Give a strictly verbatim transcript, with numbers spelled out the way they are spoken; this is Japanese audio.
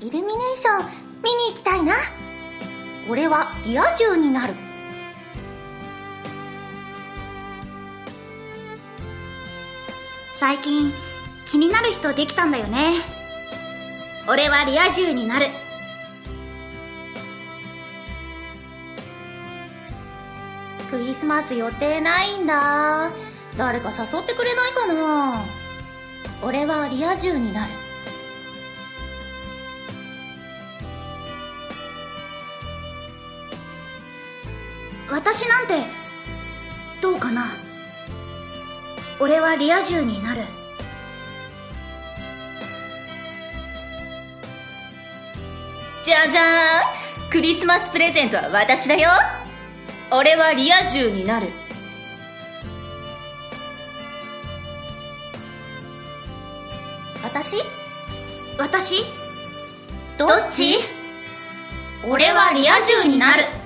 イルミネーション見に行きたいな。俺はリア充になる。 最近気になる人できたんだよね。俺はリア充になる。 クリスマス予定ないんだ。誰か誘ってくれないかな。俺はリア充になる。 私なんてどうかな。俺はリア充になる。 じゃじゃーん、クリスマスプレゼントは私だよ。俺はリア充になる。 私私どっち？ 俺はリア充になる。